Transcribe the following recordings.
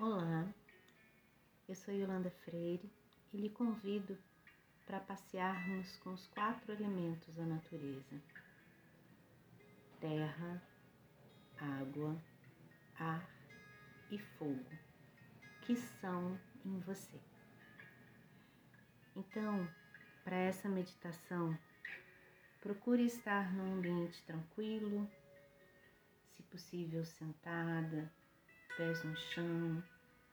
Olá, eu sou Yolanda Freire e lhe convido para passearmos com os 4 elementos da natureza: terra, água, ar e fogo, que são em você. Então, para essa meditação, procure estar num ambiente tranquilo, se possível sentada, pés no chão,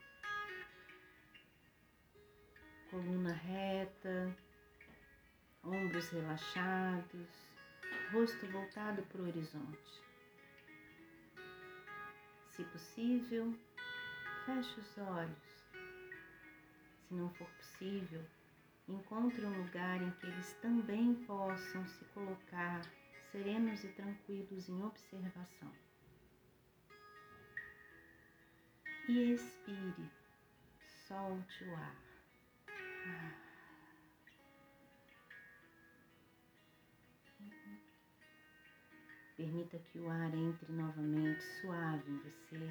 coluna reta, ombros relaxados, rosto voltado para o horizonte. Se possível, feche os olhos. Se não for possível, encontre um lugar em que eles também possam se colocar serenos e tranquilos em observação. E expire, solte o ar. Permita que o ar entre novamente suave em você.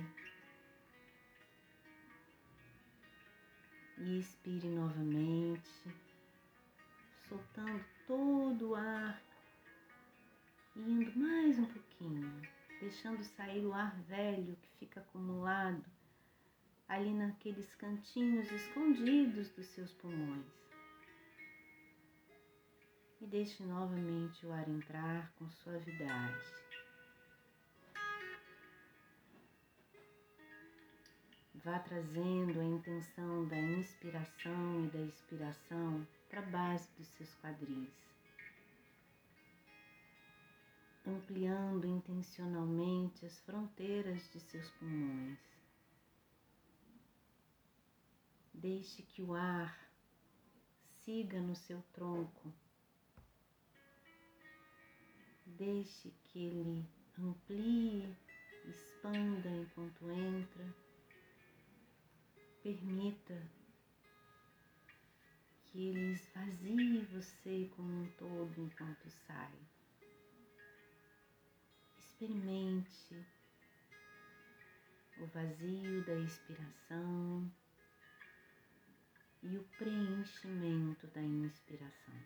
E expire novamente, soltando todo o ar e indo mais um pouquinho, deixando sair o ar velho que fica acumulado ali naqueles cantinhos escondidos dos seus pulmões. E deixe novamente o ar entrar com suavidade. Vá trazendo a intenção da inspiração e da expiração para a base dos seus quadris, ampliando intencionalmente as fronteiras de seus pulmões. Deixe que o ar siga no seu tronco. Deixe que ele amplie, expanda enquanto entra. Permita que ele esvazie você como um todo enquanto sai. Experimente o vazio da expiração e o preenchimento da inspiração.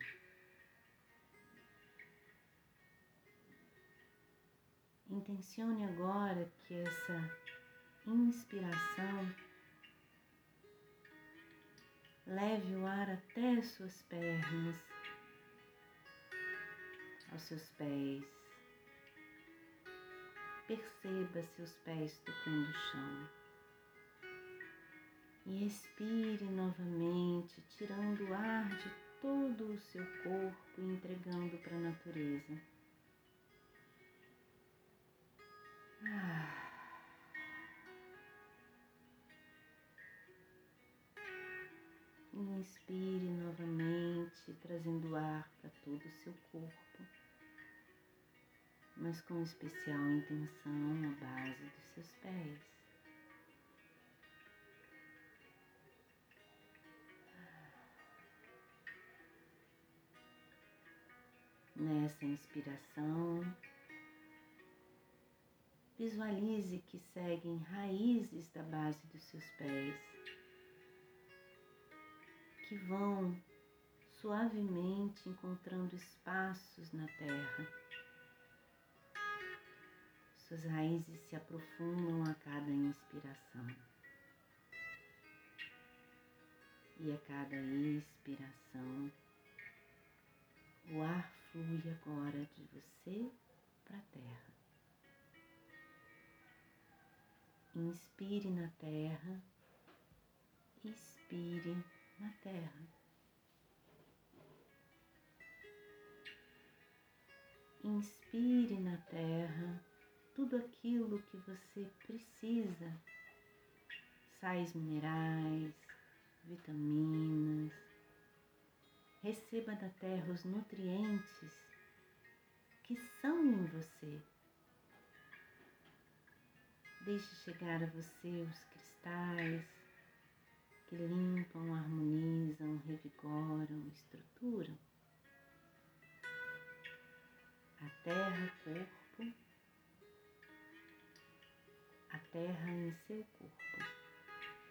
Intencione agora que essa inspiração leve o ar até as suas pernas, aos seus pés. Perceba seus pés tocando o chão. E expire novamente, tirando o ar de todo o seu corpo e entregando para a natureza. Inspire novamente, trazendo ar para todo o seu corpo, mas com especial intenção na base dos seus pés. Nessa inspiração, visualize que seguem raízes da base dos seus pés, que vão suavemente encontrando espaços na terra. Suas raízes se aprofundam a cada inspiração. E a cada expiração, o ar flui agora de você para a terra. Inspire na terra, expire na terra. Inspire na terra tudo aquilo que você precisa, sais minerais, vitaminas. Receba da terra os nutrientes que são em você. Deixe chegar a você os cristais que limpam, harmonizam, revigoram, estruturam. A terra, corpo, a terra em seu corpo.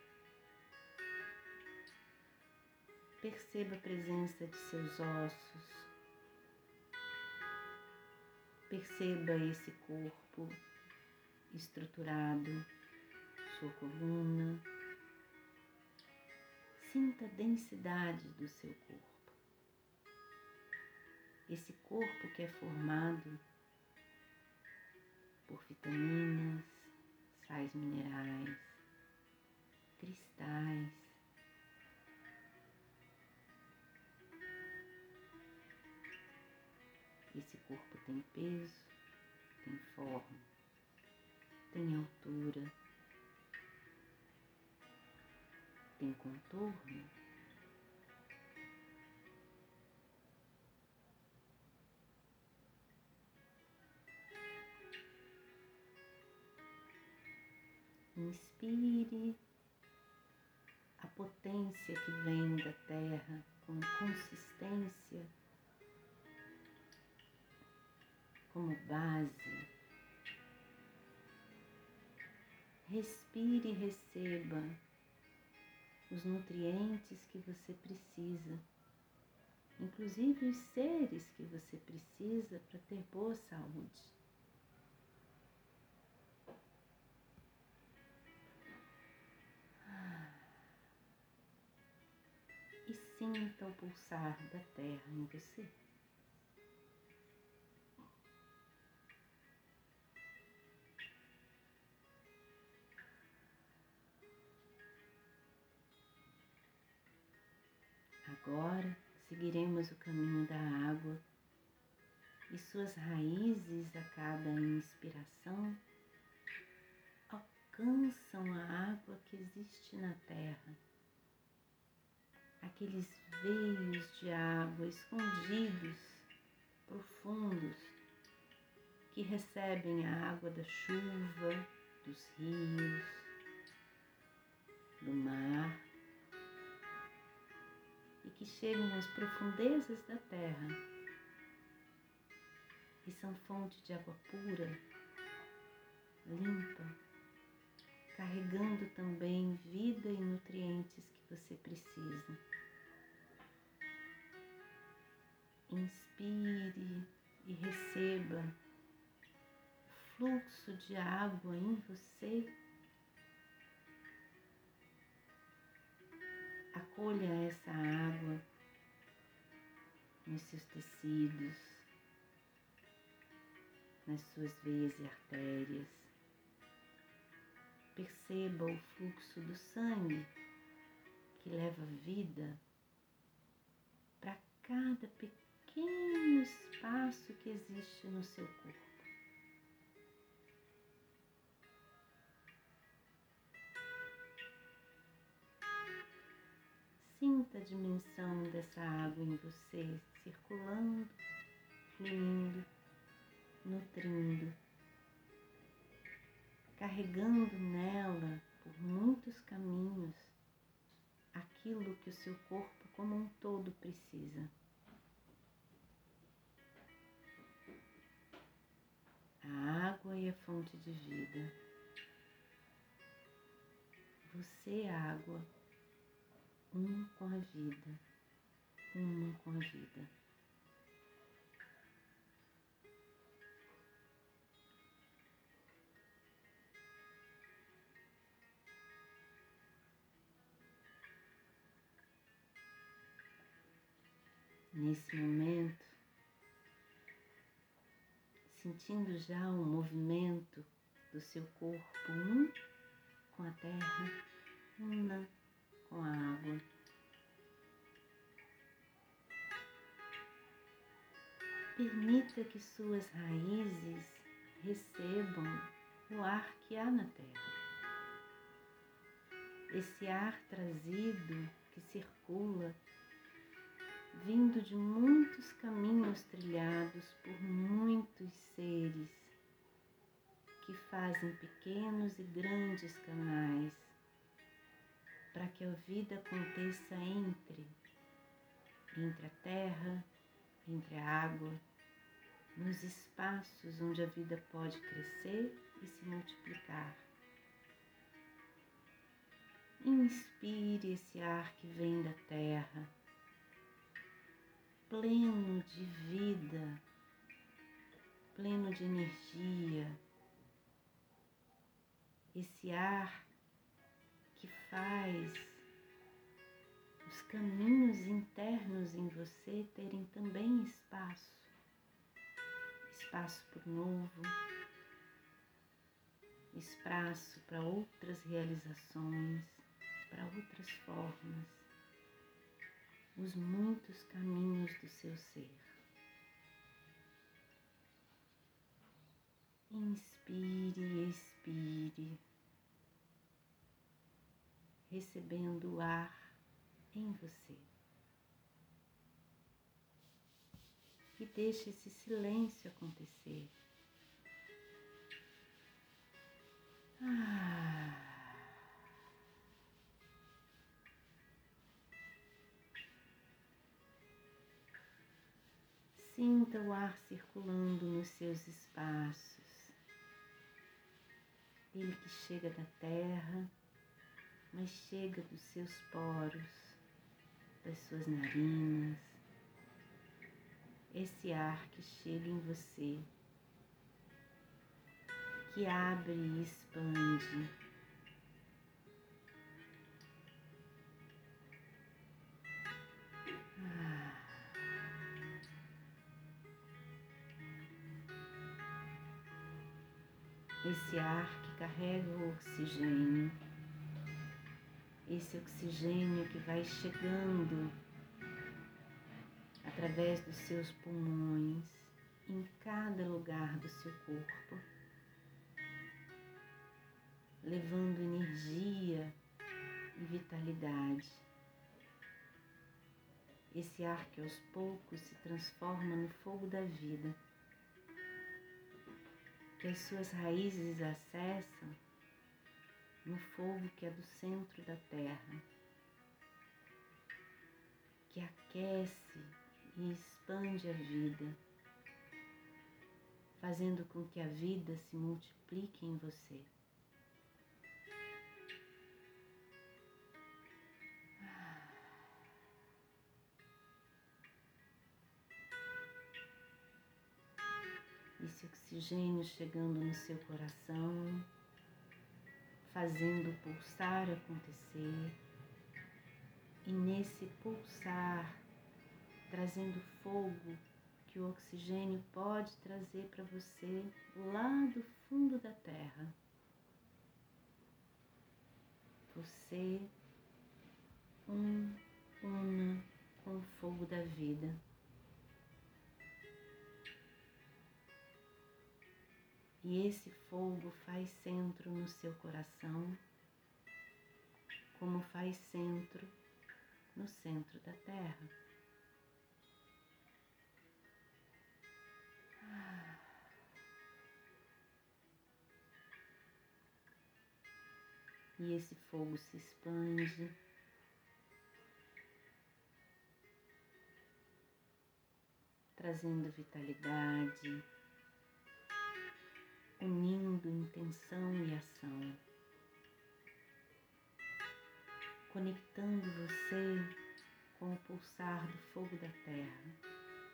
Perceba a presença de seus ossos. Perceba esse corpo estruturado, sua coluna. Sinta a densidade do seu corpo. Esse corpo que é formado por vitaminas, sais minerais, cristais. Esse corpo tem peso, tem forma, tem altura, tem contorno. Inspire a potência que vem da terra com consistência como base. Respire e receba os nutrientes que você precisa, inclusive os seres que você precisa para ter boa saúde. E sinta o pulsar da terra em você. Agora seguiremos o caminho da água e suas raízes a cada inspiração alcançam a água que existe na terra. Aqueles veios de água escondidos, profundos, que recebem a água da chuva, dos rios, do mar e que chegam às profundezas da terra e são fonte de água pura, limpa, carregando também vida e nutrientes que você precisa. Inspire e receba o fluxo de água em você. Acolha essa água nos seus tecidos, nas suas veias e artérias. Perceba o fluxo do sangue que leva vida para cada pequeno espaço que existe no seu corpo. Sinta a dimensão dessa água em você, circulando, fluindo, nutrindo, carregando nela por muitos caminhos aquilo que o seu corpo como um todo precisa. A água é a fonte de vida. Você é água, um com a vida, uma com a vida. Nesse momento, sentindo já o movimento do seu corpo, um com a terra, uma com a água. Permita que suas raízes recebam o ar que há na terra. Esse ar trazido que circula, vindo de muitos caminhos trilhados por muitos seres que fazem pequenos e grandes canais para que a vida aconteça entre a terra, entre a água, nos espaços onde a vida pode crescer e se multiplicar. Inspire esse ar que vem da terra pleno de vida, pleno de energia. Esse ar que faz os caminhos internos em você terem também espaço para o novo, espaço para outras realizações, para outras formas, os muitos caminhos do seu ser. Inspire, expire, recebendo o ar em você. E deixe esse silêncio acontecer. Sinta o ar circulando nos seus espaços. Ele que chega da terra, mas chega dos seus poros, das suas narinas. Esse ar que chega em você, que abre e expande. Esse ar que carrega o oxigênio, esse oxigênio que vai chegando através dos seus pulmões em cada lugar do seu corpo, levando energia e vitalidade. Esse ar que aos poucos se transforma no fogo da vida, que as suas raízes acessam no fogo que é do centro da terra, que aquece e expande a vida, fazendo com que a vida se multiplique em você. Esse oxigênio chegando no seu coração, fazendo o pulsar acontecer, e nesse pulsar, trazendo fogo que o oxigênio pode trazer para você lá do fundo da terra. Você, una com o fogo da vida. E esse fogo faz centro no seu coração, como faz centro no centro da terra. E esse fogo se expande, trazendo vitalidade, unindo intenção e ação, conectando você com o pulsar do fogo da terra.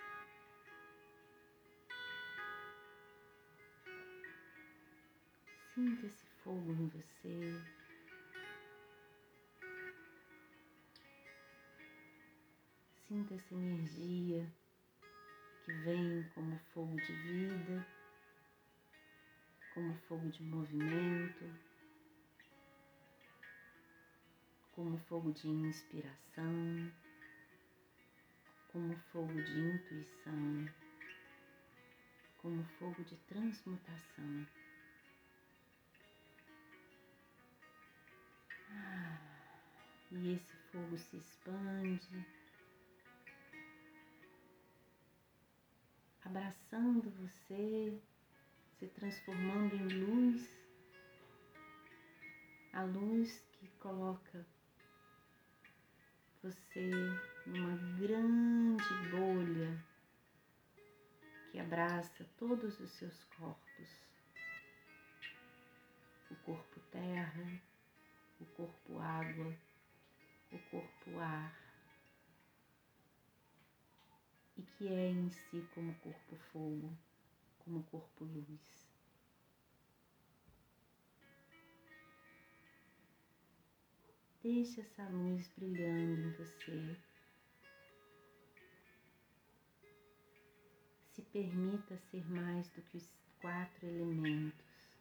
Sinta esse fogo em você. Sinta essa energia que vem como fogo de vida, como fogo de movimento, como fogo de inspiração, como fogo de intuição, como fogo de transmutação. E esse fogo se expande, abraçando você, se transformando em luz, a luz que coloca você numa grande bolha que abraça todos os seus corpos, o corpo terra, o corpo água, o corpo ar. e que é em si como corpo fogo, como corpo luz. Deixe essa luz brilhando em você. Se permita ser mais do que os 4 elementos.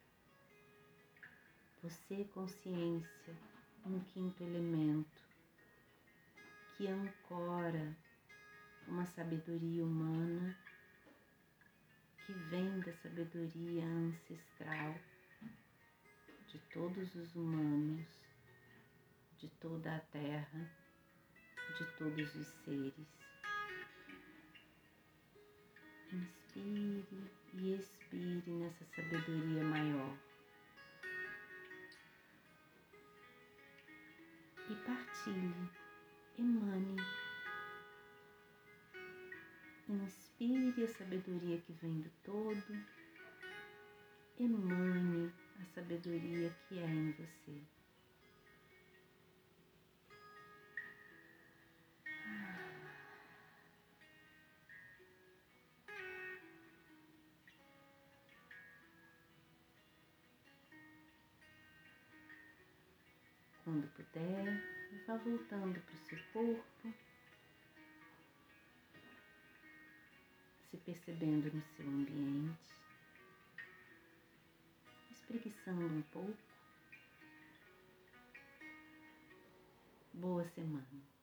Você, consciência, um 5º elemento que ancora uma sabedoria humana que vem da sabedoria ancestral de todos os humanos, de toda a terra, de todos os seres. Inspire e expire nessa sabedoria maior. E partilhe, emane. Inspire a sabedoria que vem do todo, emane a sabedoria que é em você. Quando puder, vá voltando para o seu corpo, se percebendo no seu ambiente, espreguiçando um pouco. Boa semana.